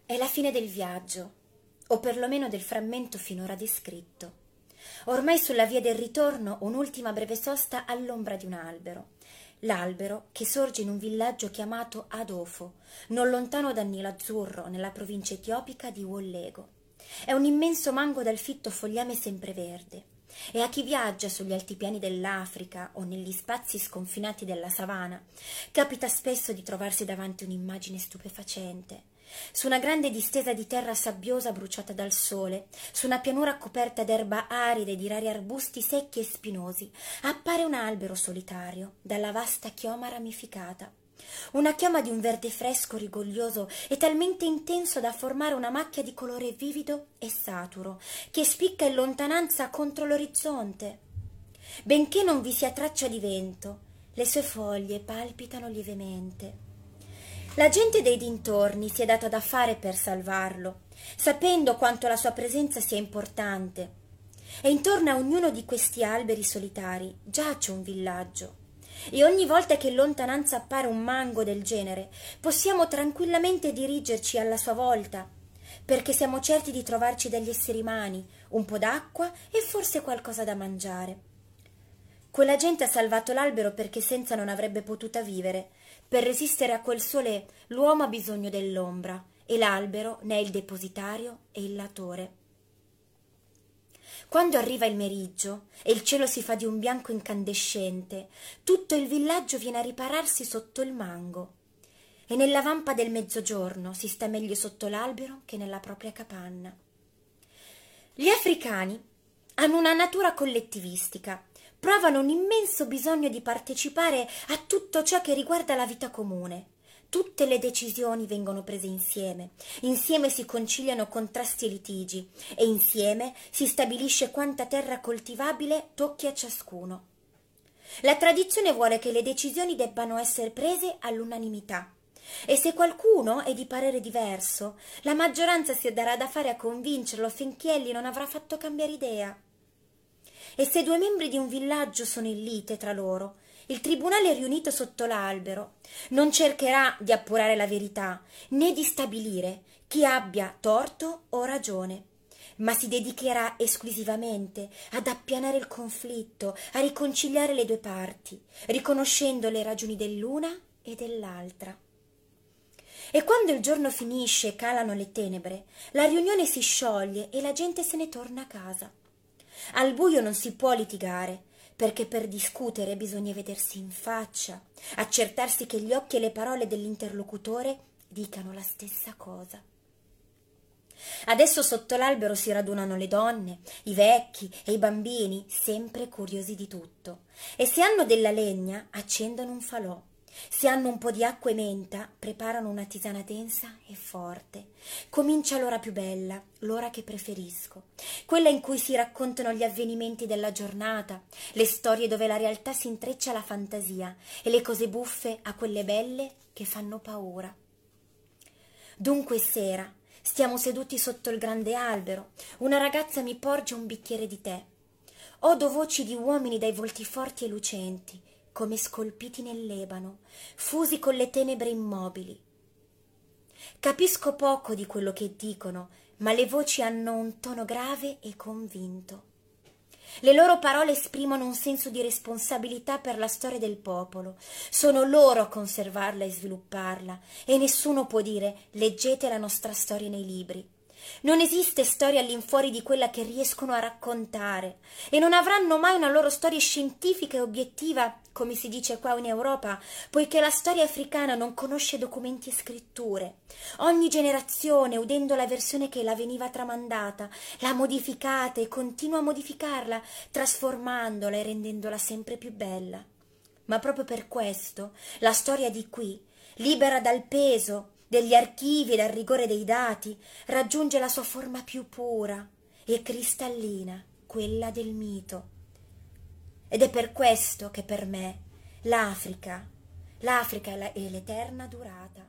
È la fine del viaggio, o perlomeno del frammento finora descritto. Ormai sulla via del ritorno un'ultima breve sosta all'ombra di un albero. L'albero che sorge in un villaggio chiamato Adofo, non lontano da Nilo Azzurro, nella provincia etiopica di Wollego. È un immenso mango dal fitto fogliame sempreverde. E a chi viaggia sugli altipiani dell'Africa o negli spazi sconfinati della savana, capita spesso di trovarsi davanti un'immagine stupefacente. Su una grande distesa di terra sabbiosa bruciata dal sole, su una pianura coperta d'erba arida e di rari arbusti secchi e spinosi, appare un albero solitario, dalla vasta chioma ramificata. Una chioma di un verde fresco rigoglioso e talmente intenso da formare una macchia di colore vivido e saturo, che spicca in lontananza contro l'orizzonte. Benché non vi sia traccia di vento, le sue foglie palpitano lievemente. La gente dei dintorni si è data da fare per salvarlo, sapendo quanto la sua presenza sia importante. E intorno a ognuno di questi alberi solitari giace un villaggio. E ogni volta che in lontananza appare un mango del genere, possiamo tranquillamente dirigerci alla sua volta, perché siamo certi di trovarci degli esseri umani, un po' d'acqua e forse qualcosa da mangiare. Quella gente ha salvato l'albero perché senza non avrebbe potuta vivere. Per resistere a quel sole l'uomo ha bisogno dell'ombra e l'albero ne è il depositario e il latore. Quando arriva il meriggio e il cielo si fa di un bianco incandescente, tutto il villaggio viene a ripararsi sotto il mango. E nella vampa del mezzogiorno si sta meglio sotto l'albero che nella propria capanna. Gli africani hanno una natura collettivistica, provano un immenso bisogno di partecipare a tutto ciò che riguarda la vita comune. Tutte le decisioni vengono prese insieme si conciliano contrasti e litigi, e insieme si stabilisce quanta terra coltivabile tocchi a ciascuno. La tradizione vuole che le decisioni debbano essere prese all'unanimità, e se qualcuno è di parere diverso, la maggioranza si darà da fare a convincerlo finché egli non avrà fatto cambiare idea. E se due membri di un villaggio sono in lite tra loro, il tribunale riunito sotto l'albero non cercherà di appurare la verità né di stabilire chi abbia torto o ragione, ma si dedicherà esclusivamente ad appianare il conflitto, a riconciliare le due parti, riconoscendo le ragioni dell'una e dell'altra. E quando il giorno finisce e calano le tenebre, la riunione si scioglie e la gente se ne torna a casa. Al buio non si può litigare, perché per discutere bisogna vedersi in faccia, accertarsi che gli occhi e le parole dell'interlocutore dicano la stessa cosa. Adesso sotto l'albero si radunano le donne, i vecchi e i bambini, sempre curiosi di tutto, e se hanno della legna accendono un falò. Se hanno un po' di acqua e menta, preparano una tisana densa e forte. Comincia l'ora più bella, l'ora che preferisco, quella in cui si raccontano gli avvenimenti della giornata, le storie dove la realtà si intreccia alla fantasia e le cose buffe a quelle belle che fanno paura. Dunque sera, stiamo seduti sotto il grande albero, una ragazza mi porge un bicchiere di tè. Odo voci di uomini dai volti forti e lucenti, come scolpiti nell'ebano, fusi con le tenebre immobili. Capisco poco di quello che dicono, ma le voci hanno un tono grave e convinto. Le loro parole esprimono un senso di responsabilità per la storia del popolo. Sono loro a conservarla e svilupparla, e nessuno può dire leggete la nostra storia nei libri. Non esiste storia all'infuori di quella che riescono a raccontare, e non avranno mai una loro storia scientifica e obiettiva, come si dice qua in Europa, poiché la storia africana non conosce documenti e scritture. Ogni generazione, udendo la versione che la veniva tramandata, l'ha modificata e continua a modificarla, trasformandola e rendendola sempre più bella. Ma proprio per questo la storia di qui, libera dal peso degli archivi e dal rigore dei dati, raggiunge la sua forma più pura e cristallina, quella del mito. Ed è per questo che per me l'Africa è l'eterna durata.